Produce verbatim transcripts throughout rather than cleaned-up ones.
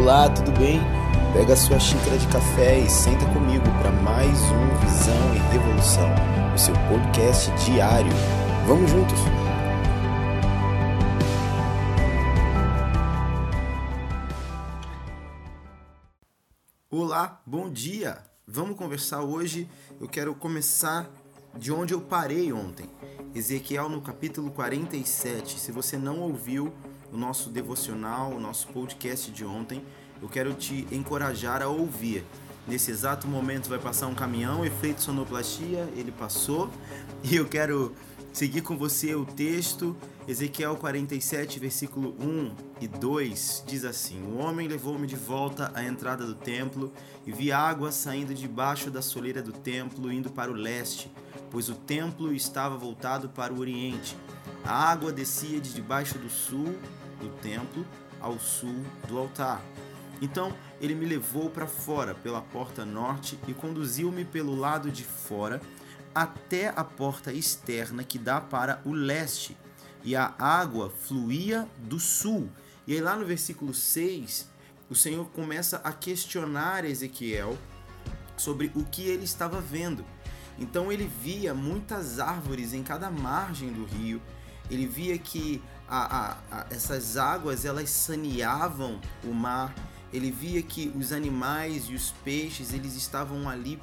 Olá, tudo bem? Pega a sua xícara de café e senta comigo para mais um Visão e Revolução, o seu podcast diário. Vamos juntos? Olá, bom dia! Vamos conversar hoje. Eu quero começar de onde eu parei ontem. Ezequiel no capítulo quarenta e sete. Se você não ouviu o nosso devocional, o nosso podcast de ontem, eu quero te encorajar a ouvir. Nesse exato momento vai passar um caminhão, efeito sonoplastia, ele passou, e eu quero seguir com você o texto. Ezequiel quarenta e sete, versículo um e dois, diz assim: O homem levou-me de volta à entrada do templo, e vi água saindo debaixo da soleira do templo, indo para o leste, pois o templo estava voltado para o oriente. A água descia de debaixo do sul do templo ao sul do altar. Então ele me levou para fora pela porta norte e conduziu-me pelo lado de fora até a porta externa que dá para o leste, e a água fluía do sul. E aí lá no versículo seis, o Senhor começa a questionar Ezequiel sobre o que ele estava vendo. Então ele via muitas árvores em cada margem do rio. Ele via que a, a, a, essas águas elas saneavam o mar. Ele via que os animais e os peixes eles estavam ali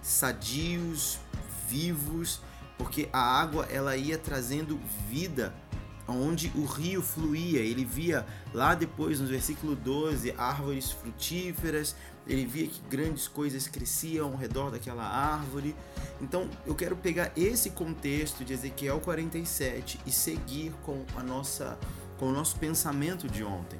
sadios, vivos, porque a água ela ia trazendo vida onde o rio fluía. Ele via lá depois no versículo doze árvores frutíferas. Ele via que grandes coisas cresciam ao redor daquela árvore. Então eu quero pegar esse contexto de Ezequiel quarenta e sete e seguir com, a nossa, com o nosso pensamento de ontem.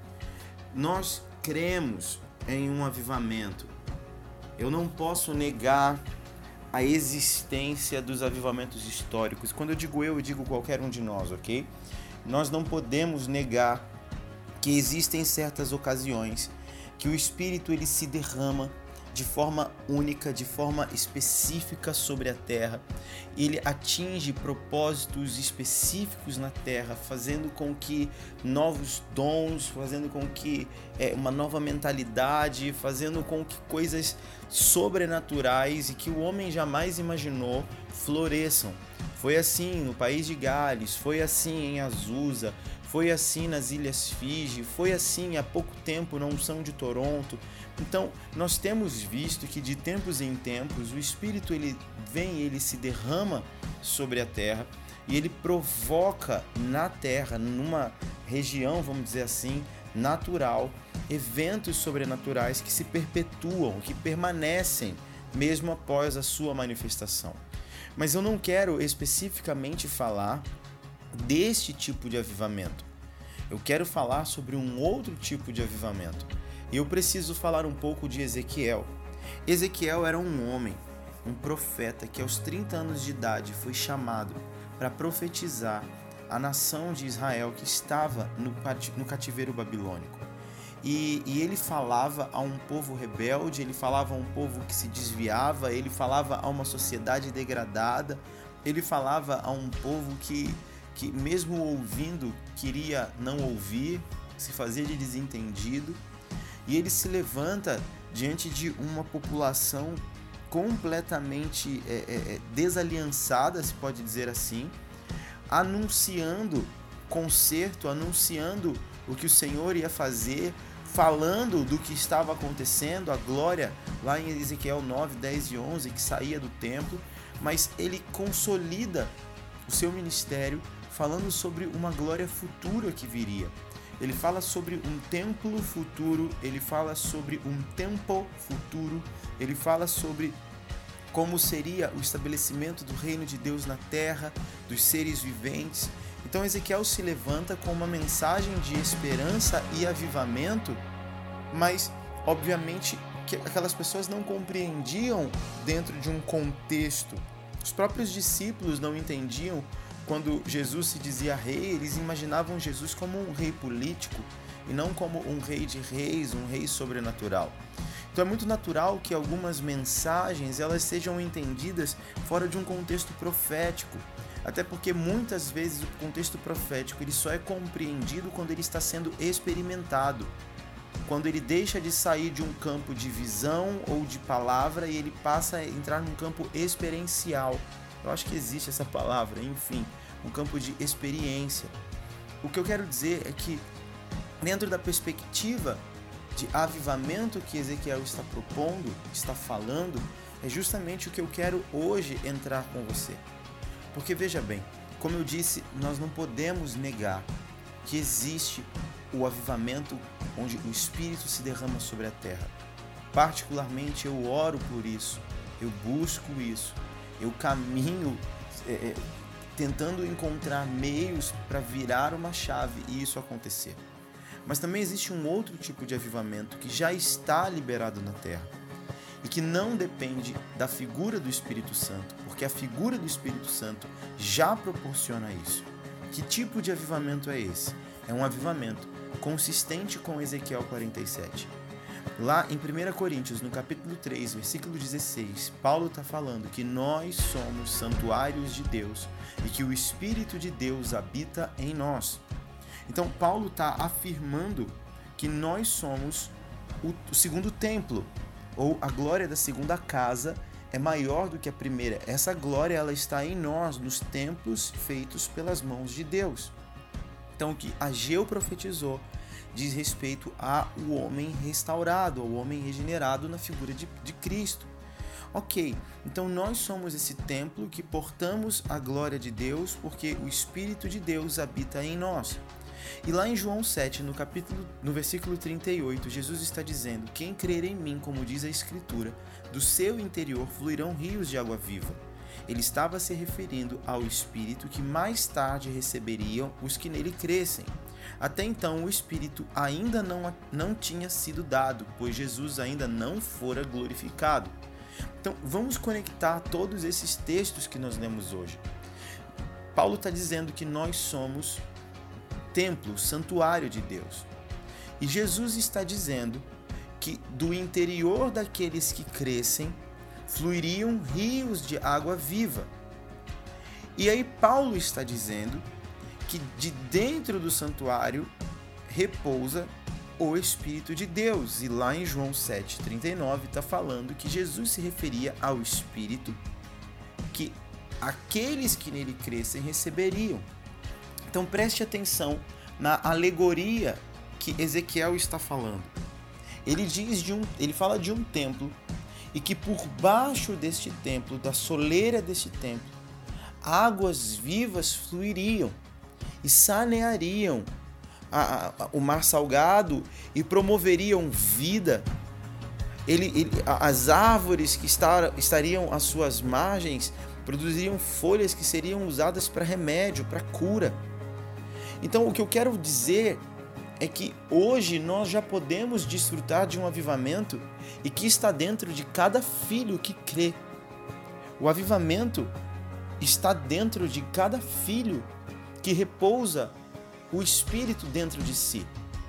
Nós cremos em um avivamento. Eu não posso negar a existência dos avivamentos históricos. Quando eu digo eu, eu digo qualquer um de nós, ok? Nós não podemos negar que existem certas ocasiões que o Espírito ele se derrama de forma única, de forma específica sobre a terra. Ele atinge propósitos específicos na terra, fazendo com que novos dons, fazendo com que é, uma nova mentalidade, fazendo com que coisas sobrenaturais e que o homem jamais imaginou floresçam. Foi assim no país de Gales, foi assim em Azusa, foi assim nas Ilhas Fiji, foi assim há pouco tempo na unção de Toronto. Então, nós temos visto que de tempos em tempos o Espírito ele vem, ele se derrama sobre a terra e ele provoca na terra, numa região, vamos dizer assim, natural, eventos sobrenaturais que se perpetuam, que permanecem mesmo após a sua manifestação. Mas eu não quero especificamente falar deste tipo de avivamento. Eu quero falar sobre um outro tipo de avivamento. E eu preciso falar um pouco de Ezequiel. Ezequiel era um homem, um profeta que aos trinta anos de idade foi chamado para profetizar a nação de Israel que estava no, no cativeiro babilônico. E, e ele falava a um povo rebelde, ele falava a um povo que se desviava, ele falava a uma sociedade degradada, ele falava a um povo que, que mesmo ouvindo, queria não ouvir, se fazia de desentendido. E ele se levanta diante de uma população completamente é, é, desaliançada, se pode dizer assim, anunciando conserto, anunciando o que o Senhor ia fazer, falando do que estava acontecendo, a glória lá em Ezequiel nove, dez e onze, que saía do templo, mas ele consolida o seu ministério falando sobre uma glória futura que viria. Ele fala sobre um templo futuro, ele fala sobre um tempo futuro, ele fala sobre como seria o estabelecimento do reino de Deus na terra, dos seres viventes. Então Ezequiel se levanta com uma mensagem de esperança e avivamento, mas obviamente que aquelas pessoas não compreendiam dentro de um contexto. Os próprios discípulos não entendiam. Quando Jesus se dizia rei, eles imaginavam Jesus como um rei político e não como um rei de reis, um rei sobrenatural. Então é muito natural que algumas mensagens elas sejam entendidas fora de um contexto profético. Até porque muitas vezes o contexto profético ele só é compreendido quando ele está sendo experimentado. quando ele deixa de sair de um campo de visão ou de palavra e ele passa a entrar num campo experiencial. Eu acho que existe essa palavra, enfim, um campo de experiência. O que eu quero dizer é que, dentro da perspectiva de avivamento que Ezequiel está propondo, está falando, é justamente o que eu quero hoje entrar com você. Porque veja bem, como eu disse, nós não podemos negar que existe o avivamento onde o Espírito se derrama sobre a terra. Particularmente eu oro por isso, eu busco isso, eu caminho é, tentando encontrar meios para virar uma chave e isso acontecer. Mas também existe um outro tipo de avivamento que já está liberado na terra e que não depende da figura do Espírito Santo, porque a figura do Espírito Santo já proporciona isso. Que tipo de avivamento é esse? É um avivamento consistente com Ezequiel quarenta e sete. Lá em primeira Coríntios, no capítulo três, versículo dezesseis, Paulo está falando que nós somos santuários de Deus e que o Espírito de Deus habita em nós. Então, Paulo está afirmando que nós somos o, o segundo templo, ou a glória da segunda casa é maior do que a primeira. Essa glória ela está em nós, nos templos feitos pelas mãos de Deus. Então, o que Ageu profetizou diz respeito ao homem restaurado, ao homem regenerado na figura de, de Cristo. Ok, então nós somos esse templo que portamos a glória de Deus porque o Espírito de Deus habita em nós. E lá em João sete, no capítulo, no versículo trinta e oito, Jesus está dizendo: quem crer em mim, como diz a Escritura, do seu interior fluirão rios de água viva. Ele estava se referindo ao Espírito que mais tarde receberiam os que nele crescem. Até então o Espírito ainda não, não tinha sido dado, pois Jesus ainda não fora glorificado. Então vamos conectar todos esses textos que nós lemos hoje. Paulo está dizendo que nós somos templo, santuário de Deus. E Jesus está dizendo que do interior daqueles que crescem fluiriam rios de água viva. E aí Paulo está dizendo que de dentro do santuário repousa o Espírito de Deus. E lá em João sete, trinta e nove está falando que Jesus se referia ao Espírito que aqueles que nele crescem receberiam. Então preste atenção na alegoria que Ezequiel está falando. Ele diz de um, ele fala de um templo e que por baixo deste templo, da soleira deste templo, águas vivas fluiriam e saneariam a, a, o mar salgado e promoveriam vida. Ele, ele, as árvores que estar, estariam às suas margens produziriam folhas que seriam usadas para remédio, para cura. Então, o que eu quero dizer é que hoje nós já podemos desfrutar de um avivamento e que está dentro de cada filho que crê. O avivamento está dentro de cada filho que repousa o Espírito dentro de si.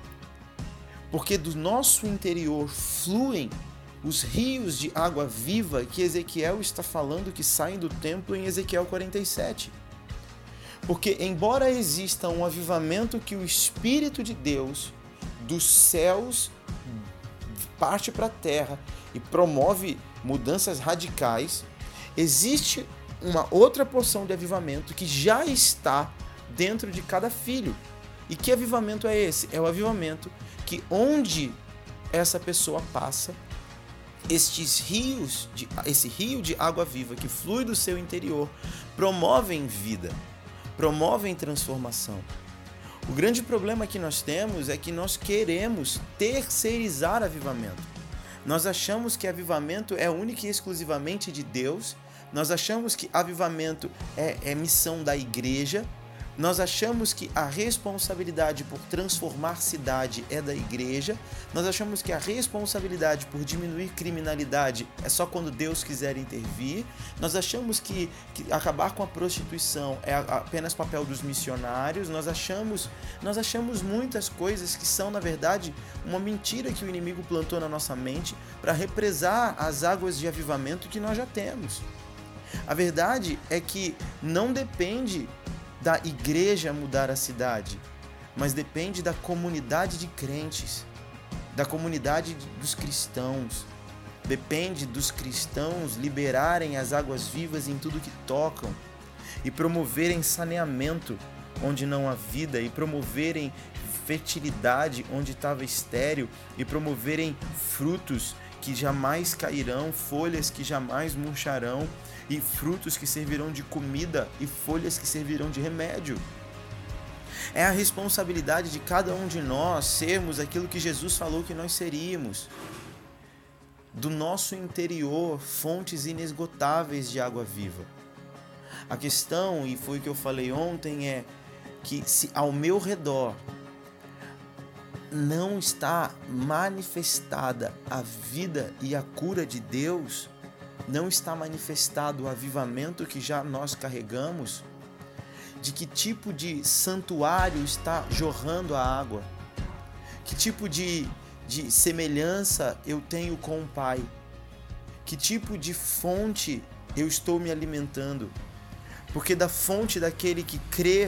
Porque do nosso interior fluem os rios de água viva que Ezequiel está falando que saem do templo em Ezequiel quarenta e sete. Porque, embora exista um avivamento que o Espírito de Deus dos céus parte para a terra e promove mudanças radicais, existe uma outra porção de avivamento que já está dentro de cada filho. E que avivamento é esse? É o avivamento que onde essa pessoa passa, estes rios, de, esse rio de água viva que flui do seu interior, promovem vida, promovem transformação. O grande problema que nós temos é que nós queremos terceirizar avivamento. Nós achamos que avivamento é única e exclusivamente de Deus, nós achamos que avivamento é, é missão da igreja, nós achamos que a responsabilidade por transformar cidade é da igreja, nós achamos que a responsabilidade por diminuir criminalidade é só quando Deus quiser intervir, nós achamos que, que acabar com a prostituição é apenas papel dos missionários, nós achamos, nós achamos muitas coisas que são, na verdade, uma mentira que o inimigo plantou na nossa mente para represar as águas de avivamento que nós já temos. A verdade é que não depende da igreja mudar a cidade, mas depende da comunidade de crentes. da comunidade dos cristãos. Depende dos cristãos liberarem as águas vivas em tudo que tocam e promoverem saneamento onde não há vida, e promoverem fertilidade onde estava estéril, e promoverem frutos que jamais cairão, folhas que jamais murcharão, e frutos que servirão de comida e folhas que servirão de remédio. É a responsabilidade de cada um de nós sermos aquilo que Jesus falou que nós seríamos. Do nosso interior, fontes inesgotáveis de água viva. A questão, e foi o que eu falei ontem, é que se ao meu redor não está manifestada a vida e a cura de Deus, não está manifestado o avivamento que já nós carregamos, de que tipo de santuário está jorrando a água? Que tipo de, de semelhança eu tenho com o Pai? Que tipo de fonte eu estou me alimentando? Porque da fonte daquele que crê,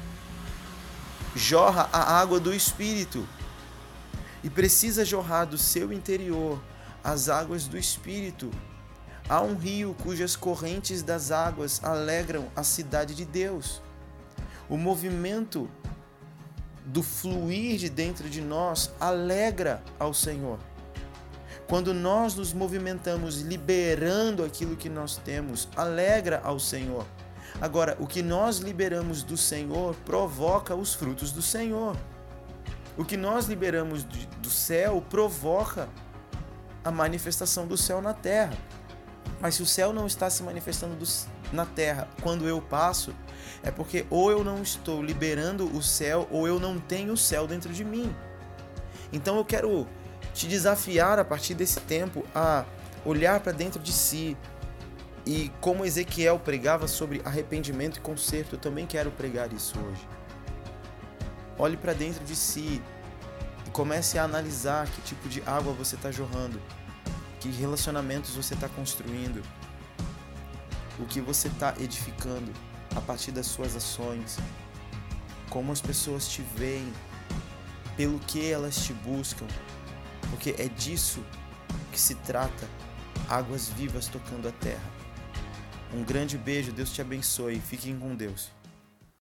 jorra a água do Espírito. E precisa jorrar do seu interior as águas do Espírito. Há um rio cujas correntes das águas alegram a cidade de Deus. O movimento do fluir de dentro de nós alegra ao Senhor. Quando nós nos movimentamos liberando aquilo que nós temos, alegra ao Senhor. Agora, o que nós liberamos do Senhor provoca os frutos do Senhor. O que nós liberamos do céu provoca a manifestação do céu na terra. Mas se o céu não está se manifestando na terra quando eu passo, é porque ou eu não estou liberando o céu ou eu não tenho o céu dentro de mim. Então eu quero te desafiar a partir desse tempo a olhar para dentro de si. E como Ezequiel pregava sobre arrependimento e conserto, eu também quero pregar isso hoje. Olhe para dentro de si e comece a analisar que tipo de água você está jorrando, que relacionamentos você está construindo, o que você está edificando a partir das suas ações, como as pessoas te veem, pelo que elas te buscam, porque é disso que se trata, águas vivas tocando a terra. Um grande beijo, Deus te abençoe, fiquem com Deus.